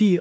第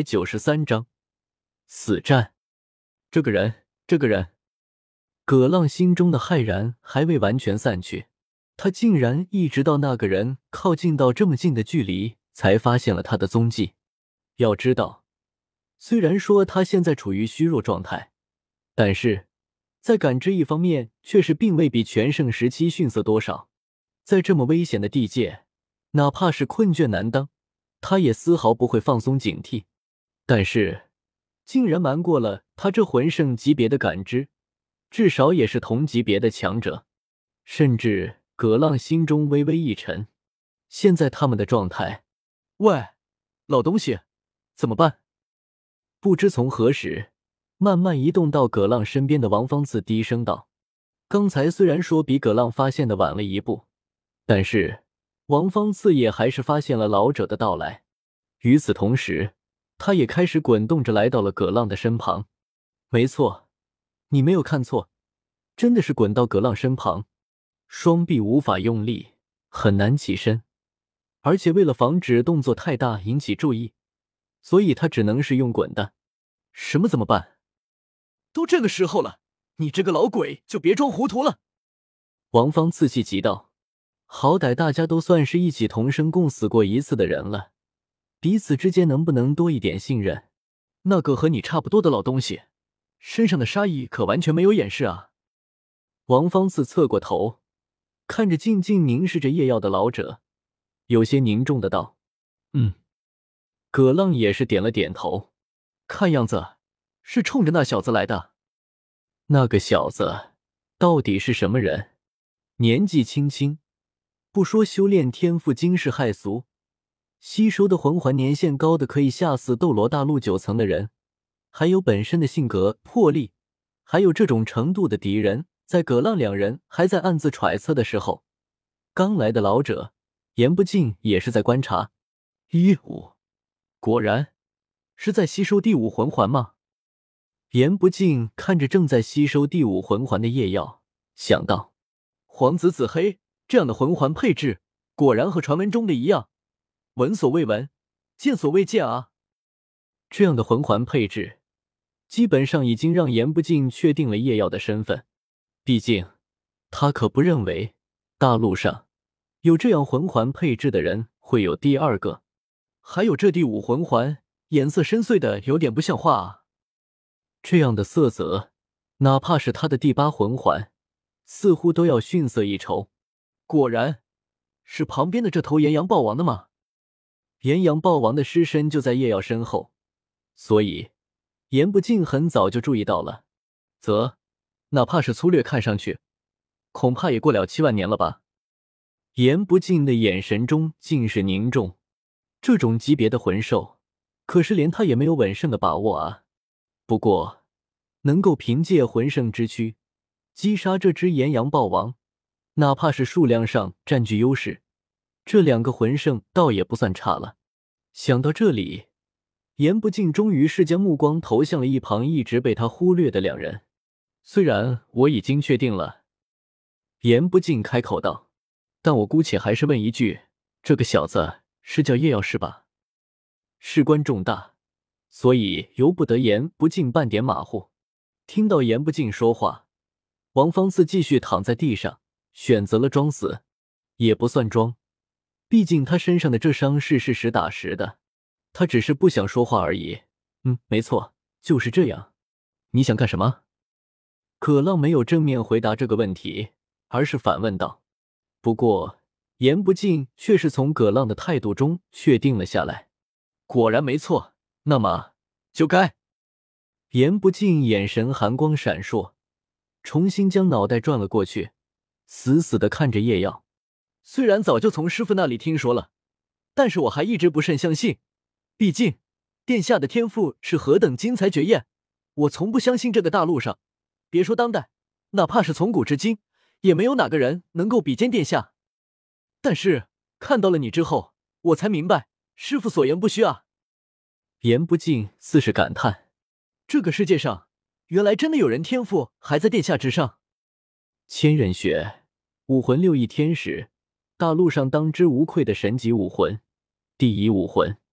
293章死战。这个人，葛浪心中的骇然还未完全散去，他竟然一直到那个人靠近到这么近的距离，才发现了他的踪迹。要知道，虽然说他现在处于虚弱状态，但是在感知一方面却是并未比全盛时期逊色多少。在这么危险的地界，哪怕是困倦难当，他也丝毫不会放松警惕。但是竟然瞒过了他这魂圣级别的感知，至少也是同级别的强者。甚至葛浪心中微微一沉，现在他们的状态，喂，老东西，怎么办？不知从何时慢慢移动到葛浪身边的王方次低声道。刚才虽然说比葛浪发现的晚了一步，但是王方次也还是发现了老者的到来。与此同时，他也开始滚动着来到了葛浪的身旁。没错，你没有看错，真的是滚到葛浪身旁。双臂无法用力，很难起身，而且为了防止动作太大引起注意，所以他只能是用滚的。什么怎么办？ 都这个时候了，你这个老鬼就别装糊涂了！ 王方次气急道。好歹大家都算是一起同生共死过一次的人了，彼此之间能不能多一点信任？那个和你差不多的老东西，身上的杀意可完全没有掩饰啊！王方次侧过头，看着静静凝视着夜耀的老者，有些凝重的道：“葛浪也是点了点头，看样子是冲着那小子来的。那个小子到底是什么人？年纪轻轻，不说修炼天赋惊世骇俗，吸收的魂环年限高的可以吓死斗罗大陆9层的人，还有本身的性格魄力，还有这种程度的敌人，在葛浪两人还在暗自揣测的时候，刚来的老者言不尽也是在观察。15，果然是在吸收第5魂环吗？言不尽看着正在吸收第5魂环的夜耀，想到黄紫紫黑这样的魂环配置，果然和传闻中的一样，闻所未闻，见所未见啊！这样的魂环配置，基本上已经让言不尽确定了夜耀的身份。毕竟，他可不认为大陆上有这样魂环配置的人会有第二个。还有这第5魂环，颜色深邃的有点不像话啊！这样的色泽，哪怕是他的第8魂环，似乎都要逊色一筹。果然是旁边的这头炎阳豹王的吗？炎阳豹王的尸身就在夜耀身后，所以言不尽很早就注意到了。哪怕是粗略看上去，恐怕也过了7万年了吧。言不尽的眼神中尽是凝重，这种级别的魂兽，可是连他也没有稳胜的把握啊。不过能够凭借魂圣之躯击杀这只炎阳豹王，哪怕是数量上占据优势，这2个魂圣倒也不算差了。想到这里，言不尽终于是将目光投向了一旁一直被他忽略的2人。虽然我已经确定了，言不尽开口道，但我姑且还是问一句，这个小子是叫叶耀是吧？事关重大，所以由不得言不尽半点马虎。听到言不尽说话，王方次继续躺在地上，选择了装死。也不算装，毕竟他身上的这伤是实打实的，他只是不想说话而已。没错，就是这样。你想干什么？葛浪没有正面回答这个问题，而是反问道。不过言不尽却是从葛浪的态度中确定了下来。果然没错，那么就该。言不尽眼神寒光闪烁，重新将脑袋转了过去，死死地看着叶耀。虽然早就从师父那里听说了，但是我还一直不甚相信。毕竟殿下的天赋是何等精彩绝艳，我从不相信这个大陆上，别说当代，哪怕是从古至今，也没有哪个人能够比肩殿下。但是看到了你之后，我才明白师父所言不虚啊。言不尽似是感叹，这个世界上原来真的有人天赋还在殿下之上。千仞雪，武魂6翼天使，大陆上当之无愧的神级武魂，第1武魂。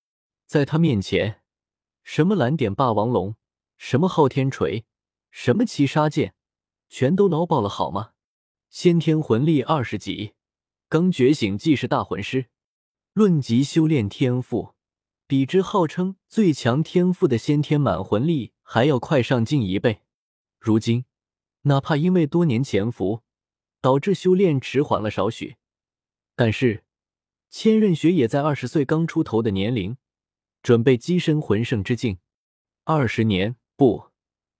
在他面前，什么蓝点霸王龙，什么昊天锤，什么七杀剑，全都牢爆了好吗？先天魂力20级，刚觉醒即是大魂师。论及修炼天赋，比之号称最强天赋的先天满魂力还要快上近1倍。如今，哪怕因为多年潜伏，导致修炼迟缓了少许，但是千仞雪也在20岁刚出头的年龄，准备跻身魂圣之境。20年，不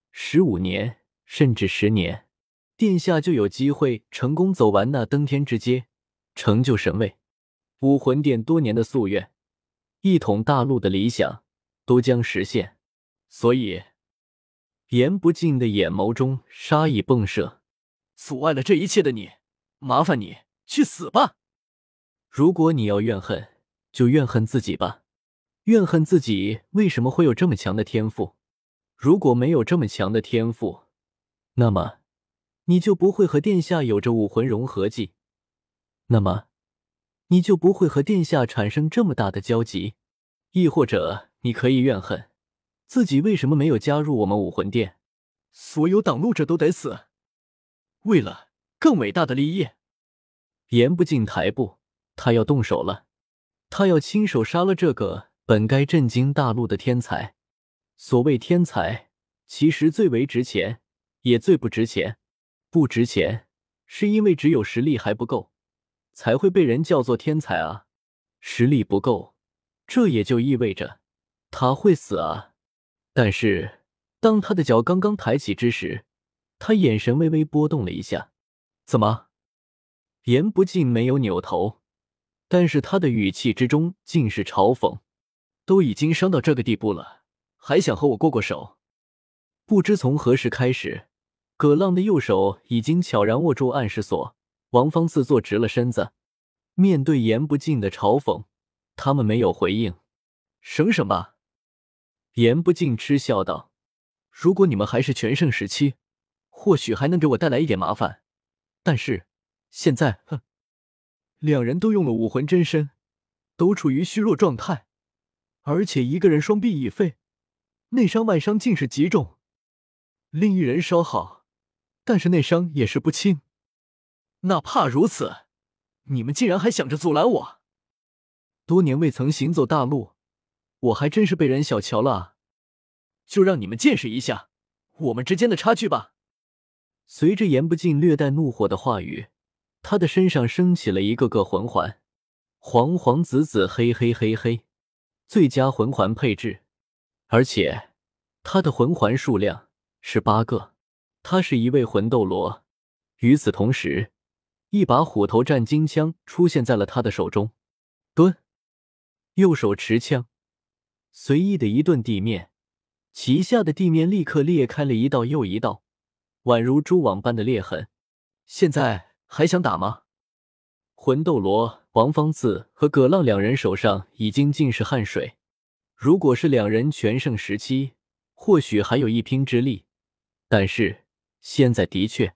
，15年，甚至10年，殿下就有机会成功走完那登天之阶，成就神位。武魂殿多年的夙愿，一统大陆的理想，都将实现。所以，言不尽的眼眸中杀意迸射。 阻碍了这一切的你，麻烦你去死吧！ 如果你要怨恨，就怨恨自己吧。怨恨自己为什么会有这么强的天赋。如果没有这么强的天赋，那么你就不会和殿下有着武魂融合技，那么你就不会和殿下产生这么大的交集。亦或者你可以怨恨自己为什么没有加入我们武魂殿。 所有挡路者都得死，为了更伟大的利益。 言不尽抬步，他要动手了。他要亲手杀了这个本该震惊大陆的天才。所谓天才，其实最为值钱，也最不值钱。不值钱，是因为只有实力还不够，才会被人叫做天才啊。实力不够，这也就意味着他会死啊。但是当他的脚刚刚抬起之时，他眼神微微波动了一下。怎么？言不尽没有扭头，但是他的语气之中尽是嘲讽。 都已经伤到这个地步了，还想和我过过手？ 不知从何时开始，葛浪的右手已经悄然握住暗示锁。王方次坐直了身子，面对言不尽的嘲讽，他们没有回应。 省省吧。 言不尽嗤笑道， 如果你们还是全盛时期，或许还能给我带来一点麻烦，但是现在，两人都用了武魂真身，都处于虚弱状态，而且一个人双臂已废，内伤外伤尽是极重，另一人稍好，但是内伤也是不轻。哪怕如此，你们竟然还想着阻拦我！多年未曾行走大陆，我还真是被人小瞧了啊！就让你们见识一下我们之间的差距吧。 随着言不尽略带怒火的话语，他的身上升起了一个个魂环，黄黄紫紫黑黑黑黑，最佳魂环配置，而且他的魂环数量是8个。他是一位魂斗罗。与此同时，一把虎头战金枪出现在了他的手中。蹲，右手持枪，随意的一顿地面，旗下的地面立刻裂开了一道又一道宛如蛛网般的裂痕。 现在还想打吗？ 魂斗罗王方次和葛浪两人手上已经尽是汗水，如果是两人全盛时期，或许还有一拼之力，但是现在的确……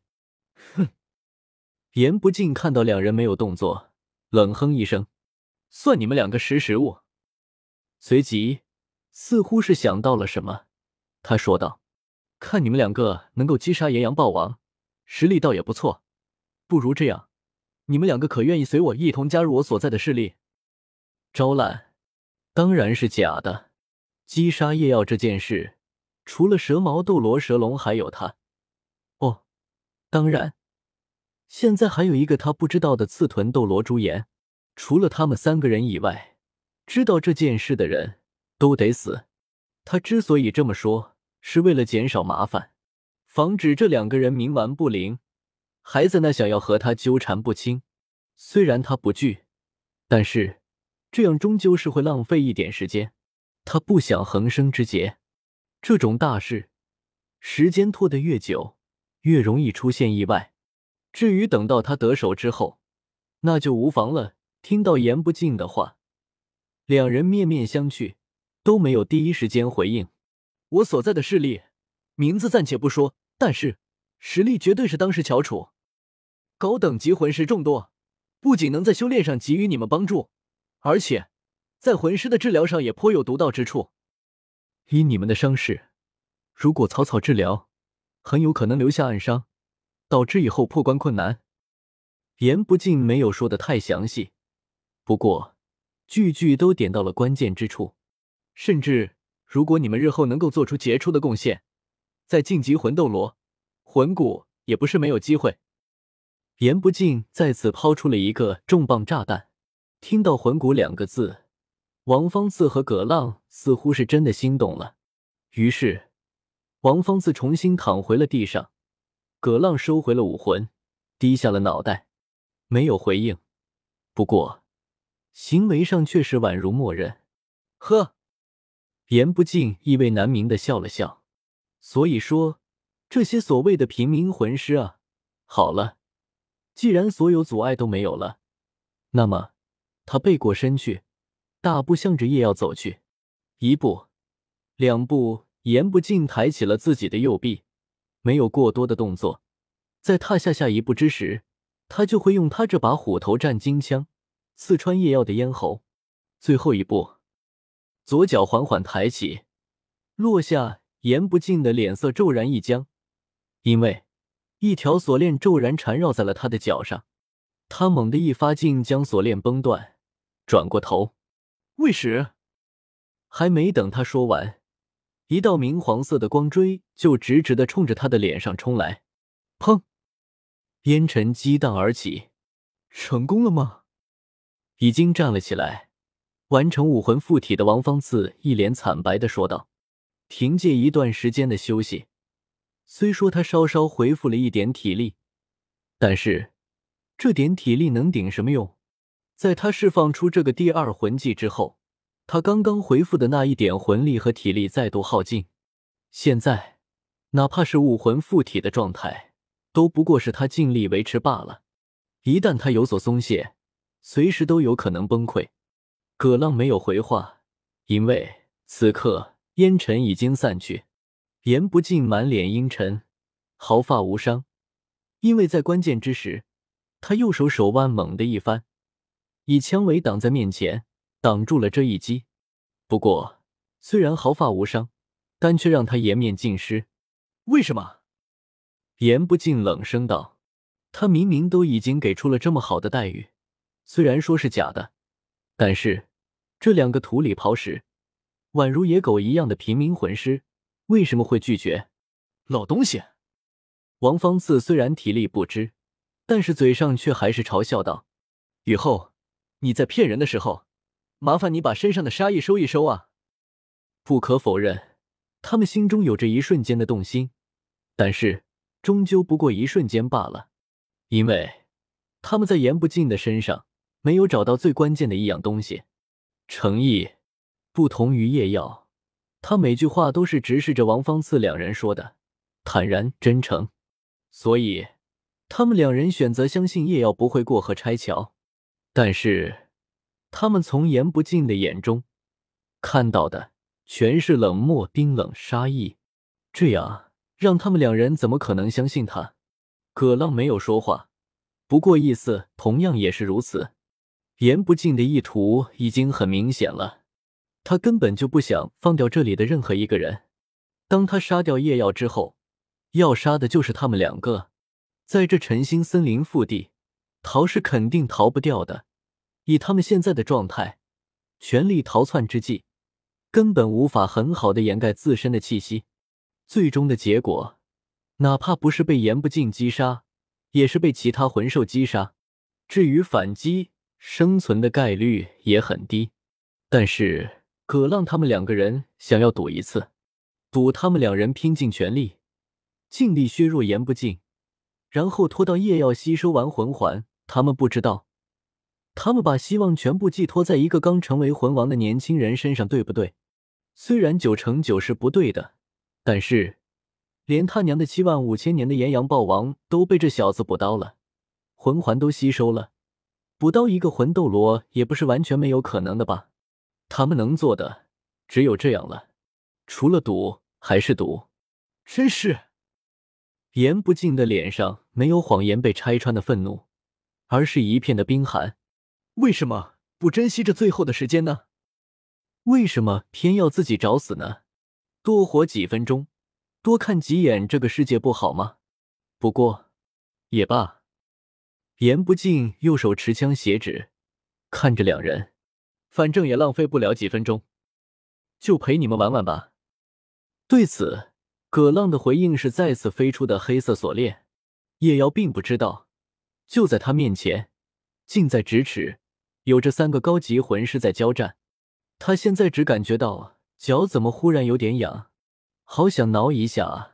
言不尽看到两人没有动作，冷哼一声， 算你们两个识时务。 随即似乎是想到了什么，他说道， 看你们两个能够击杀炎阳豹王，实力倒也不错，不如这样，你们两个可愿意随我一同加入我所在的势力？ 招揽？当然是假的。击杀夜耀这件事，除了蛇矛斗罗蛇龙还有他。哦，当然，现在还有一个他不知道的刺豚斗罗朱颜。除了他们3个人以外，知道这件事的人都得死。他之所以这么说，是为了减少麻烦，防止这2个人冥顽不灵，还在那想要和他纠缠不清。虽然他不惧，但是这样终究是会浪费一点时间。他不想横生枝节，这种大事，时间拖得越久，越容易出现意外。至于等到他得手之后，那就无妨了。听到言不尽的话，两人面面相觑，都没有第一时间回应。 我所在的势力，名字暂且不说，但是实力绝对是当世翘楚。高等级魂师众多，不仅能在修炼上给予你们帮助，而且在魂师的治疗上也颇有独到之处。以你们的伤势，如果草草治疗，很有可能留下暗伤，导致以后破关困难。 言不尽没有说得太详细，不过句句都点到了关键之处。 甚至如果你们日后能够做出杰出的贡献，在晋级魂斗罗，魂骨也不是没有机会。 言不尽再次抛出了一个重磅炸弹。听到魂骨2个字，王方次和葛浪似乎是真的心动了。于是王方次重新躺回了地上，葛浪收回了武魂，低下了脑袋，没有回应，不过行为上却是宛如默认。 呵， 言不尽意味难明的笑了笑。所以说，这些所谓的平民魂师啊，好了，既然所有阻碍都没有了，那么他背过身去，大步向着叶耀走去。1步2步，言不尽抬起了自己的右臂，没有过多的动作。在踏下一步之时，他就会用他这把虎头战金枪刺穿叶耀的咽喉。最后1步，左脚缓缓抬起，落下。言不尽的脸色骤然一僵，因为一条锁链骤然缠绕在了他的脚上。他猛地一发劲将锁链崩断，转过头。 卫士！ 还没等他说完，一道明黄色的光锥就直直地冲着他的脸上冲来。砰！烟尘激荡而起。 成功了吗？ 已经站了起来，完成武魂附体的王方次一脸惨白地说道。凭借一段时间的休息，虽说他稍稍恢复了一点体力，但是这点体力能顶什么用？在他释放出这个第2魂技之后，他刚刚恢复的那一点魂力和体力再度耗尽，现在哪怕是武魂附体的状态，都不过是他尽力维持罢了。一旦他有所松懈，随时都有可能崩溃。葛浪没有回话，因为此刻烟尘已经散去，言不尽满脸阴沉，毫发无伤。因为在关键之时，他右手手腕猛地一翻，以枪尾挡在面前，挡住了这一击。不过虽然毫发无伤，但却让他颜面尽失。 为什么？ 言不尽冷声道，他明明都已经给出了这么好的待遇，虽然说是假的，但是这2个土里刨食宛如野狗一样的平民魂师为什么会拒绝？ 老东西！ 王方次虽然体力不支，但是嘴上却还是嘲笑道， 以后你在骗人的时候，麻烦你把身上的杀意收一收啊。 不可否认，他们心中有着一瞬间的动心，但是终究不过一瞬间罢了。因为他们在言不尽的身上没有找到最关键的一样东西，诚意。不同于叶耀，他每句话都是直视着王方次2人说的，坦然真诚，所以他们2人选择相信叶耀不会过河拆桥。但是他们从言不尽的眼中看到的全是冷漠、冰冷、杀意，这样让他们2人怎么可能相信他？葛浪没有说话，不过意思同样也是如此。言不尽的意图已经很明显了，他根本就不想放掉这里的任何一个人。当他杀掉叶耀之后，要杀的就是他们2个。在这晨星森林腹地，逃是肯定逃不掉的。以他们现在的状态，全力逃窜之际，根本无法很好的掩盖自身的气息。最终的结果，哪怕不是被言不尽击杀，也是被其他魂兽击杀。至于反击，生存的概率也很低。但是葛浪他们2个人想要赌一次，赌他们2人拼尽全力，尽力削弱言不尽，然后拖到叶耀吸收完魂环。他们不知道，他们把希望全部寄托在一个刚成为魂王的年轻人身上，对不对？虽然9成9是不对的，但是连他娘的75000年的炎阳暴王都被这小子补刀了，魂环都吸收了，补刀一个魂斗罗也不是完全没有可能的吧？他们能做的只有这样了，除了赌还是赌。 真是！ 言不尽的脸上没有谎言被拆穿的愤怒，而是一片的冰寒。 为什么不珍惜这最后的时间呢？ 为什么偏要自己找死呢？多活几分钟，多看几眼这个世界不好吗？不过也罢。言不尽，右手持枪斜指，看着两人，反正也浪费不了几分钟，就陪你们玩玩吧。对此，葛浪的回应是再次飞出的黑色锁链。叶瑶并不知道，就在他面前，近在咫尺，有着3个高级魂师在交战。他现在只感觉到脚怎么忽然有点痒，好想挠一下啊！